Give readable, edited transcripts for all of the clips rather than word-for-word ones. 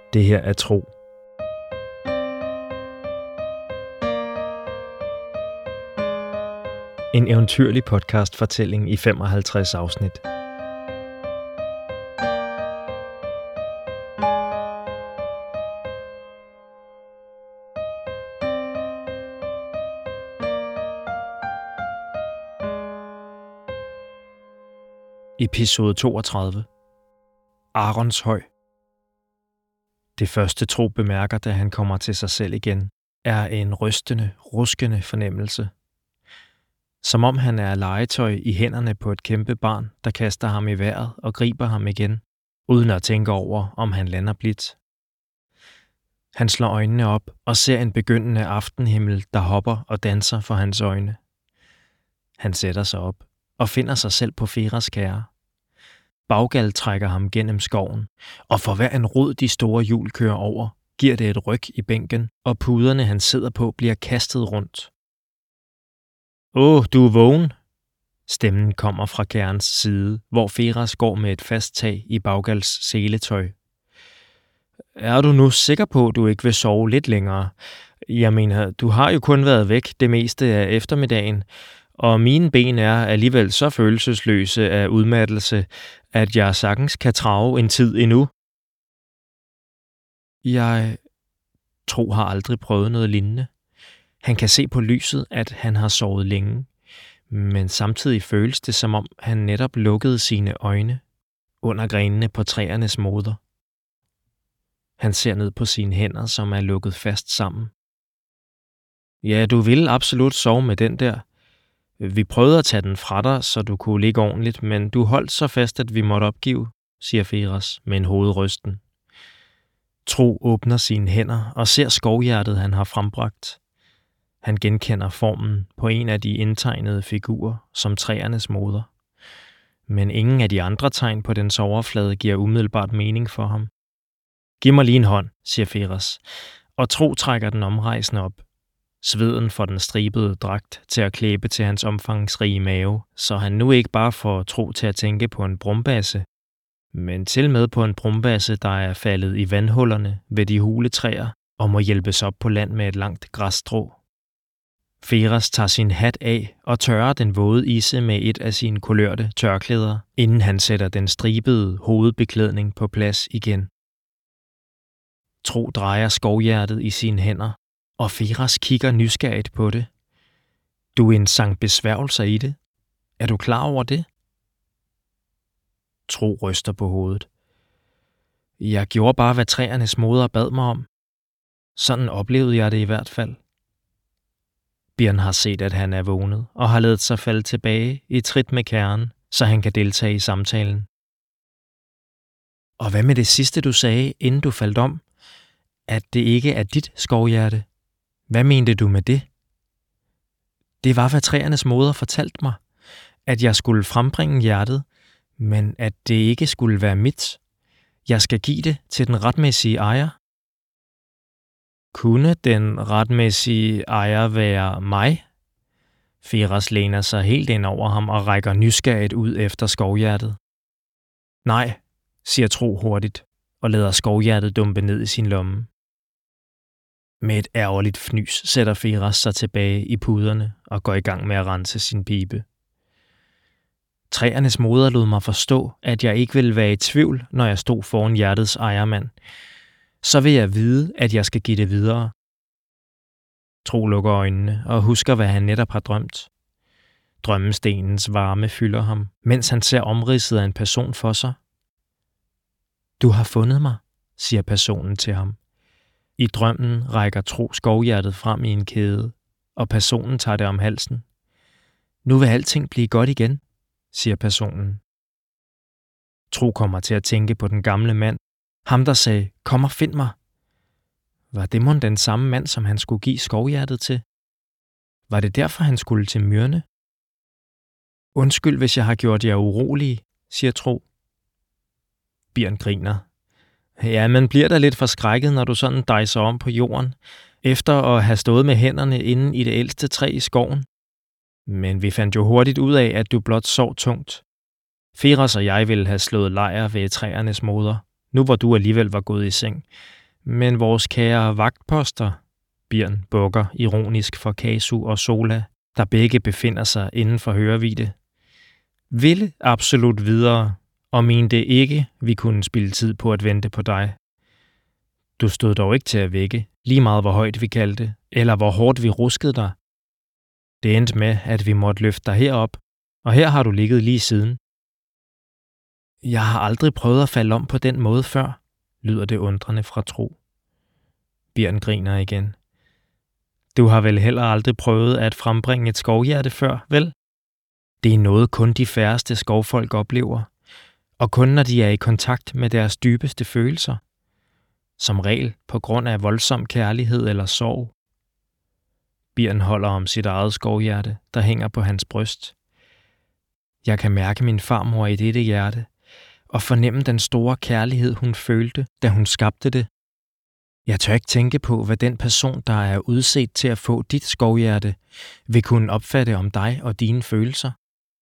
Det her er Tro. En eventyrlig podcast-fortælling i 55 afsnit. Episode 32. Arons høj. Det første Tro bemærker, da han kommer til sig selv igen, er en rystende, ruskende fornemmelse. Som om han er legetøj i hænderne på et kæmpe barn, der kaster ham i vejret og griber ham igen, uden at tænke over, om han lander blidt. Han slår øjnene op og ser en begyndende aftenhimmel, der hopper og danser for hans øjne. Han sætter sig op og finder sig selv på Feras kære. Baggal trækker ham gennem skoven, og for hver en rod de store hjul kører over, giver det et ryk i bænken, og puderne han sidder på bliver kastet rundt. Åh, du er vågen? Stemmen kommer fra kærens side, hvor Feras går med et fast tag i Baggals seletøj. Er du nu sikker på, at du ikke vil sove lidt længere? Jeg mener, du har jo kun været væk det meste af eftermiddagen, og mine ben er alligevel så følelsesløse af udmattelse, at jeg sagtens kan trage en tid endnu. Tro har aldrig prøvet noget lignende. Han kan se på lyset, at han har sovet længe, men samtidig føles det, som om han netop lukkede sine øjne under grenene på træernes moder. Han ser ned på sine hænder, som er lukket fast sammen. Ja, du ville absolut sove med den der. Vi prøvede at tage den fra dig, så du kunne ligge ordentligt, men du holdt så fast, at vi måtte opgive, siger Feras med en hovedrysten. Tro åbner sine hænder og ser skovhjertet, han har frembragt. Han genkender formen på en af de indtegnede figurer som træernes moder. Men ingen af de andre tegn på dens overflade giver umiddelbart mening for ham. Giv mig lige en hånd, siger Feras, og Tro trækker den omrejsende op. Sveden får den stribede dragt til at klæbe til hans omfangsrige mave, så han nu ikke bare får Tro til at tænke på en brumbasse, men til med på en brumbasse, der er faldet i vandhullerne ved de hule træer og må hjælpes op på land med et langt græsstrå. Feras tager sin hat af og tørrer den våde isse med et af sine kulørte tørklæder, inden han sætter den stribede hovedbeklædning på plads igen. Tro drejer skovhjertet i sine hænder, og Feras kigger nysgerrigt på det. Du er en sang besværgelser i det. Er du klar over det? Tro ryster på hovedet. Jeg gjorde bare, hvad træernes moder bad mig om. Sådan oplevede jeg det i hvert fald. Bjørn har set, at han er vågnet, og har ladet sig falde tilbage i trit med kæren, så han kan deltage i samtalen. Og hvad med det sidste, du sagde, inden du faldt om? At det ikke er dit skovhjerte? Hvad mente du med det? Det var, hvad træernes moder fortalte mig, at jeg skulle frembringe hjertet, men at det ikke skulle være mit. Jeg skal give det til den retmæssige ejer. Kunne den retmæssige ejer være mig? Feras læner sig helt ind over ham og rækker nysgerrigt ud efter skovhjertet. Nej, siger Tro hurtigt og lader skovhjertet dumpe ned i sin lomme. Med et ærgerligt fnys sætter Feras sig tilbage i puderne og går i gang med at rense sin pibe. Træernes moder lod mig forstå, at jeg ikke ville være i tvivl, når jeg stod foran hjertets ejermand. Så vil jeg vide, at jeg skal give det videre. Tro lukker øjnene og husker, hvad han netop har drømt. Drømmestenens varme fylder ham, mens han ser omridset af en person for sig. Du har fundet mig, siger personen til ham. I drømmen rækker Tro skovhjertet frem i en kæde, og personen tager det om halsen. Nu vil alting blive godt igen, siger personen. Tro kommer til at tænke på den gamle mand, ham der sagde, kom og find mig. Var det mon den samme mand, som han skulle give skovhjertet til? Var det derfor, han skulle til Myrne? Undskyld, hvis jeg har gjort jer urolige, siger Tro. Bjørn griner. Ja, man bliver da lidt forskrækket, når du sådan dejser om på jorden, efter at have stået med hænderne inde i det ældste træ i skoven. Men vi fandt jo hurtigt ud af, at du blot sov tungt. Feras og jeg ville have slået lejr ved træernes moder, nu hvor du alligevel var gået i seng. Men vores kære vagtposter, Birn bukker ironisk for Kasu og Sola, der begge befinder sig inden for hørevide, ville absolut videre og mente ikke, vi kunne spilde tid på at vente på dig. Du stod dog ikke til at vække, lige meget hvor højt vi kaldte, eller hvor hårdt vi ruskede dig. Det endte med, at vi måtte løfte dig herop, og her har du ligget lige siden. Jeg har aldrig prøvet at falde om på den måde før, lyder det undrende fra Tro. Birn griner igen. Du har vel heller aldrig prøvet at frembringe et skovhjerte før, vel? Det er noget kun de færreste skovfolk oplever, og kun når de er i kontakt med deres dybeste følelser. Som regel på grund af voldsom kærlighed eller sorg. Birn holder om sit eget skovhjerte, der hænger på hans bryst. Jeg kan mærke min farmor i dette hjerte, og fornemme den store kærlighed, hun følte, da hun skabte det. Jeg tør ikke tænke på, hvad den person, der er udset til at få dit skovhjerte, vil kunne opfatte om dig og dine følelser.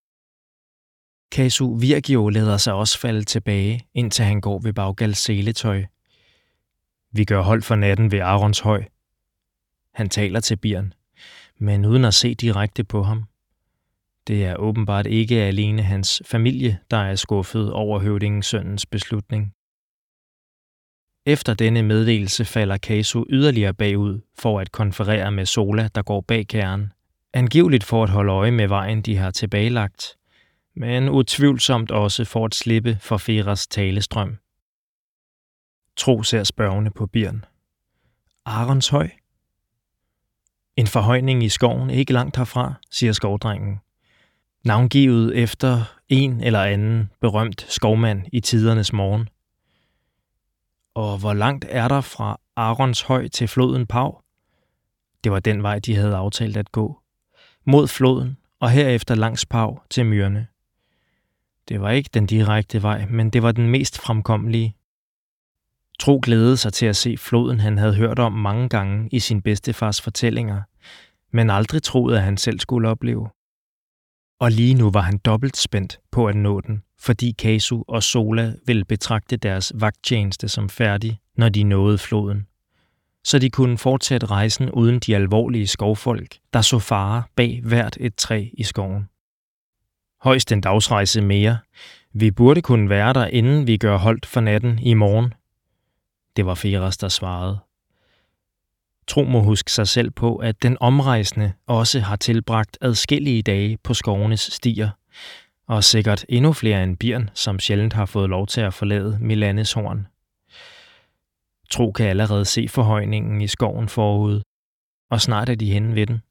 Kasu Virkio lader sig også falde tilbage, indtil han går ved Baugals seletøj. Vi gør hold for natten ved Arons høj. Han taler til Birn, men uden at se direkte på ham. Det er åbenbart ikke alene hans familie, der er skuffet over høvdingesønnens beslutning. Efter denne meddelelse falder Kasu yderligere bagud for at konferere med Sola, der går bag kæren. Angiveligt for at holde øje med vejen, de har tilbagelagt, men utvivlsomt også for at slippe for Feras talestrøm. Tro ser spørgende på Birn. Arons høj? En forhøjning i skoven ikke langt herfra, siger skovdrengen. Navngivet efter en eller anden berømt skovmand i tidernes morgen. Og hvor langt er der fra Arons høj til floden Pau? Det var den vej, de havde aftalt at gå. Mod floden og herefter langs Pau til myrerne. Det var ikke den direkte vej, men det var den mest fremkommelige. Tro glædede sig til at se floden, han havde hørt om mange gange i sin bedstefars fortællinger, men aldrig troede, at han selv skulle opleve. Og lige nu var han dobbelt spændt på at nå den, fordi Kasu og Sola ville betragte deres vagttjeneste som færdig, når de nåede floden. Så de kunne fortsætte rejsen uden de alvorlige skovfolk, der så fare bag hvert et træ i skoven. Højst en dagsrejse mere. Vi burde kunne være der, inden vi gør holdt for natten i morgen. Det var Feras, der svarede. Tro må huske sig selv på, at den omrejsende også har tilbragt adskillige dage på skovenes stier, og sikkert endnu flere end Birn, som sjældent har fået lov til at forlade Milandes horn. Tro kan allerede se forhøjningen i skoven forud, og snart er de henne ved den.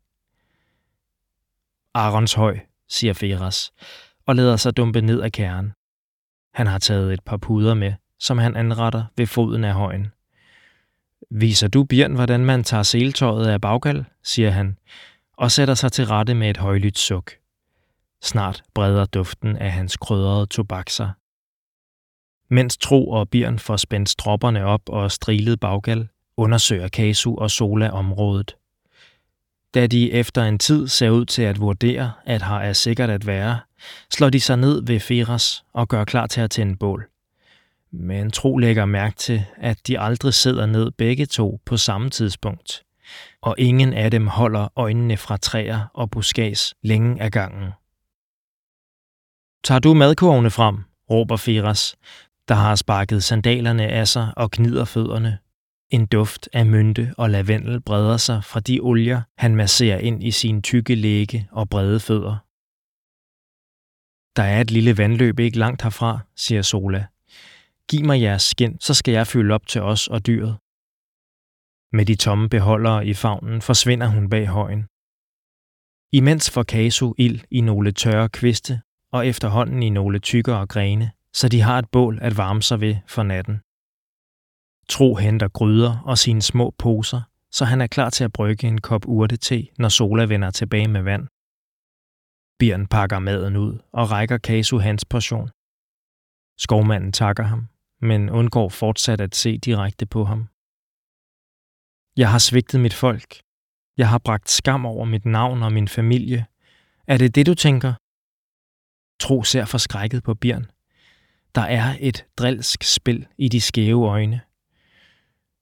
Arons høj, siger Feras, og lader sig dumpe ned af kæren. Han har taget et par puder med, som han anretter ved foden af højen. Viser du Birn, hvordan man tager seletøjet af Baugal, siger han, og sætter sig til rette med et højlydt suk. Snart breder duften af hans krydrede tobak sig. Mens Tro og Birn får spændt stropperne op og strilet Baugal, undersøger Kasu og Sola området. Da de efter en tid ser ud til at vurdere, at her er sikkert at være, slår de sig ned ved Feras og gør klar til at tænde bål. Men Tro lægger mærke til, at de aldrig sidder ned begge to på samme tidspunkt, og ingen af dem holder øjnene fra træer og buskads længe ad gangen. Tager du madkurvene frem, råber Feras, der har sparket sandalerne af sig og gnider fødderne. En duft af mynte og lavendel breder sig fra de olier, han masserer ind i sine tykke lægge og brede fødder. Der er et lille vandløb ikke langt herfra, siger Sola. Giv mig jeres skind, så skal jeg fylde op til os og dyret. Med de tomme beholdere i favnen forsvinder hun bag højen. Imens får Kasu ild i nogle tørre kviste og efterhånden i nogle tykkere grene, så de har et bål at varme sig ved for natten. Tro henter gryder og sine små poser, så han er klar til at brygge en kop urtete, når Sola vender tilbage med vand. Birn pakker maden ud og rækker Kasu hans portion. Skovmanden takker ham, men undgår fortsat at se direkte på ham. Jeg har svigtet mit folk. Jeg har bragt skam over mit navn og min familie. Er det det, du tænker? Tro ser forskrækket på Birn. Der er et drilsk spil i de skæve øjne.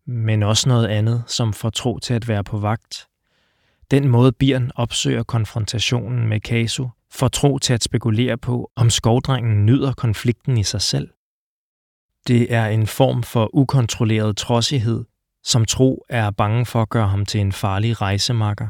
men også noget andet, som får Tro til at være på vagt. Den måde Birn opsøger konfrontationen med Kasu, får Tro til at spekulere på, om skovdrengen nyder konflikten i sig selv. Det er en form for ukontrolleret trodsighed, som Tro er bange for at gøre ham til en farlig rejsemakker.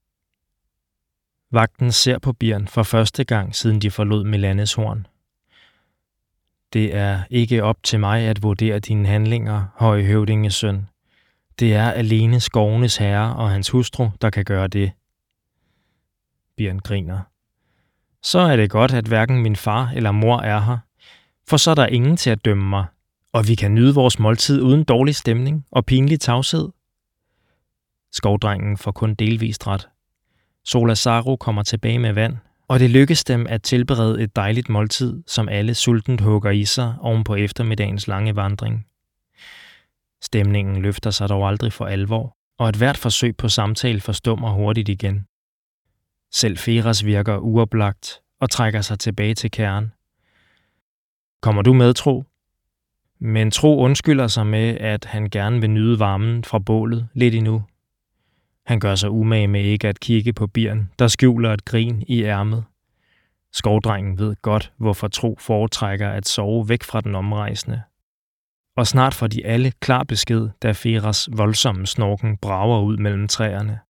Vagten ser på Birn for første gang, siden de forlod Melandes horn. Det er ikke op til mig at vurdere dine handlinger, høje høvdingesøn. Det er alene skovenes herre og hans hustru, der kan gøre det. Birn griner. Så er det godt, at hverken min far eller mor er her, for så er der ingen til at dømme mig, og vi kan nyde vores måltid uden dårlig stemning og pinlig tavshed. Skovdrengen får kun delvist ret. Solasaro kommer tilbage med vand, og det lykkes dem at tilberede et dejligt måltid, som alle sultent hugger i sig oven på eftermiddagens lange vandring. Stemningen løfter sig dog aldrig for alvor, og et hvert forsøg på samtale forstummer hurtigt igen. Selv Feras virker uoplagt og trækker sig tilbage til kernen. Kommer du med, Tro? Men Tro undskylder sig med, at han gerne vil nyde varmen fra bålet lidt endnu. Han gør sig umage med ikke at kigge på Birn, der skjuler et grin i ærmet. Skovdrengen ved godt, hvorfor Tro foretrækker at sove væk fra den omrejsende. Og snart får de alle klar besked, da Feras voldsomme snorken brager ud mellem træerne.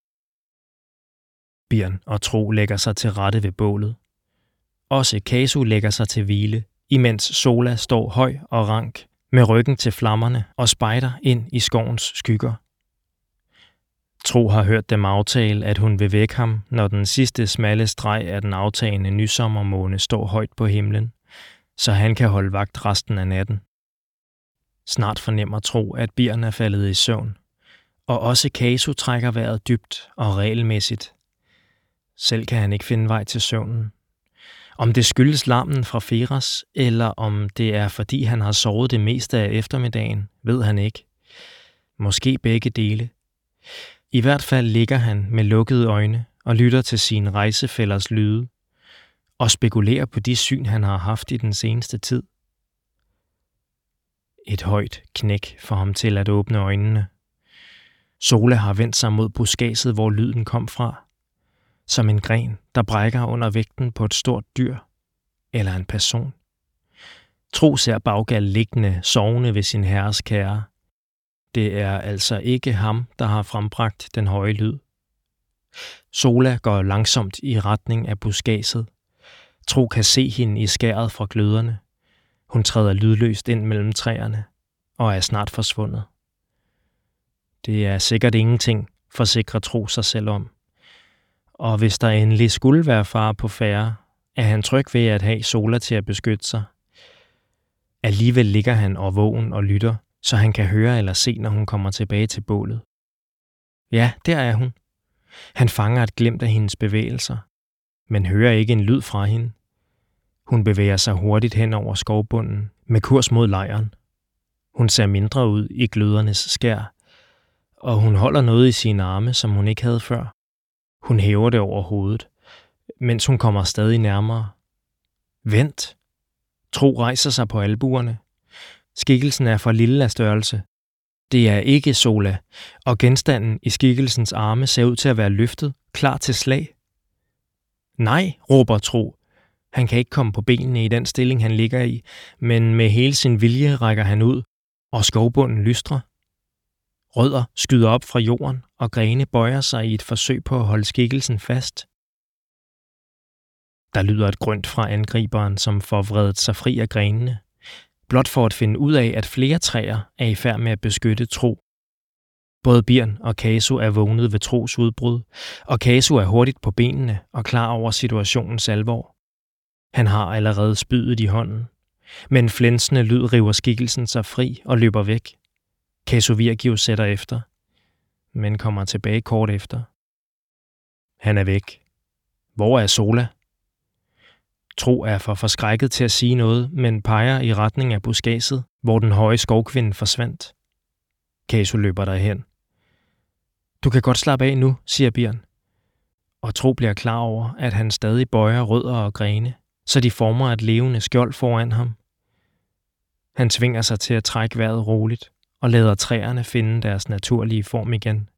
Birn og Tro lægger sig til rette ved bålet. Også Kasu lægger sig til hvile, imens Sola står høj og rank med ryggen til flammerne og spejder ind i skovens skygger. Tro har hørt dem aftale, at hun vil vække ham, når den sidste smalle streg af den aftagende nysommermåne står højt på himlen, så han kan holde vagt resten af natten. Snart fornemmer Tro, at Birn er faldet i søvn, og også Kasu trækker vejret dybt og regelmæssigt. Selv kan han ikke finde vej til søvnen. Om det skyldes larmen fra Feras, eller om det er fordi han har sovet det meste af eftermiddagen, ved han ikke. Måske begge dele. I hvert fald ligger han med lukkede øjne og lytter til sine rejsefællers lyde og spekulerer på de syn, han har haft i den seneste tid. Et højt knæk får ham til at åbne øjnene. Sola har vendt sig mod buskadset, hvor lyden kom fra. Som en gren, der brækker under vægten på et stort dyr eller en person. Tro ser Baggal liggende, sovende ved sin herres kære. Det er altså ikke ham, der har frembragt den høje lyd. Sola går langsomt i retning af buskadset. Tro kan se hende i skæret fra gløderne. Hun træder lydløst ind mellem træerne og er snart forsvundet. Det er sikkert ingenting, forsikrer Tro sig selv om. Og hvis der endelig skulle være fare på færde, er han tryg ved at have Sola til at beskytte sig. Alligevel ligger han årvågen og lytter, så han kan høre eller se, når hun kommer tilbage til bålet. Ja, der er hun. Han fanger et glimt af hendes bevægelser, men hører ikke en lyd fra hende. Hun bevæger sig hurtigt hen over skovbunden med kurs mod lejren. Hun ser mindre ud i glødernes skær, og hun holder noget i sine arme, som hun ikke havde før. Hun hæver det over hovedet, mens hun kommer stadig nærmere. Vent! Tro rejser sig på albuerne. Skikkelsen er for lille af størrelse. Det er ikke Sola, og genstanden i skikkelsens arme ser ud til at være løftet, klar til slag. Nej, råber Tro. Han kan ikke komme på benene i den stilling, han ligger i, men med hele sin vilje rækker han ud, og skovbunden lystrer. Rødder skyder op fra jorden, og grene bøjer sig i et forsøg på at holde skikkelsen fast. Der lyder et grønt fra angriberen, som får vredet sig fri af grenene, blot for at finde ud af, at flere træer er i færd med at beskytte Tro. Både Birn og Kasu er vågnet ved Tros udbrud, og Kasu er hurtigt på benene og klar over situationens alvor. Han har allerede spydet i hånden, men flænsende lyd river skikkelsen sig fri og løber væk. Kasu Virgius sætter efter, men kommer tilbage kort efter. Han er væk. Hvor er Sola? Tro er for forskrækket til at sige noget, men peger i retning af buskadset, hvor den høje skovkvinde forsvandt. Kasu løber derhen. Du kan godt slappe af nu, siger Birn. Og Tro bliver klar over, at han stadig bøjer rødder og grene, så de former et levende skjold foran ham. Han tvinger sig til at trække vejret roligt og lader træerne finde deres naturlige form igen.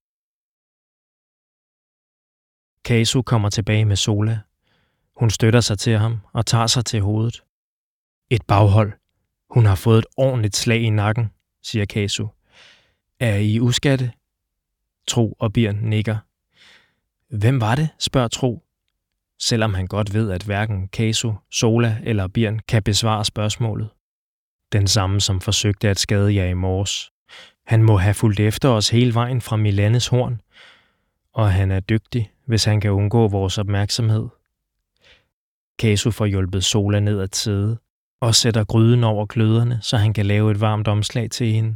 Kazu kommer tilbage med Sola. Hun støtter sig til ham og tager sig til hovedet. Et baghold. Hun har fået et ordentligt slag i nakken, siger Kazu. Er I uskatte? Tro og Birn nikker. Hvem var det, spørger Tro, selvom han godt ved, at hverken Kazu, Sola eller Birn kan besvare spørgsmålet. Den samme, som forsøgte at skade jer i morges. Han må have fulgt efter os hele vejen fra Milandes horn, og han er dygtig, hvis han kan undgå vores opmærksomhed. Kazu får hjulpet Sola ned at sidde og sætter gryden over gløderne, så han kan lave et varmt omslag til hende.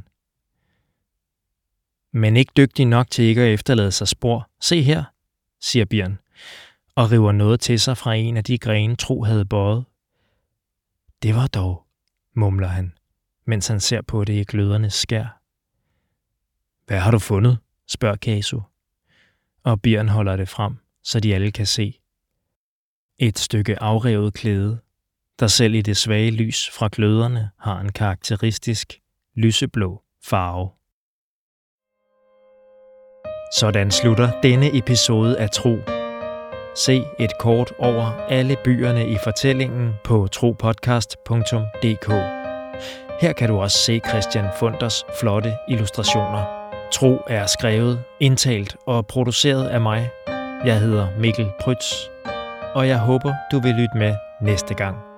Men ikke dygtig nok til ikke at efterlade sig spor. Se her, siger Birn, og river noget til sig fra en af de grene, Tro havde bøjet. Det var dog, mumler han, mens han ser på det i glødernes skær. Hvad har du fundet? Spørger Kazu, og Birn holder det frem, så de alle kan se. Et stykke afrevet klæde, der selv i det svage lys fra gløderne har en karakteristisk lyseblå farve. Sådan slutter denne episode af Tro. Se et kort over alle byerne i fortællingen på tropodcast.dk. Her kan du også se Christian Funders flotte illustrationer. Tro er skrevet, indtalt og produceret af mig. Jeg hedder Mikkel Prytz, og jeg håber, du vil lytte med næste gang.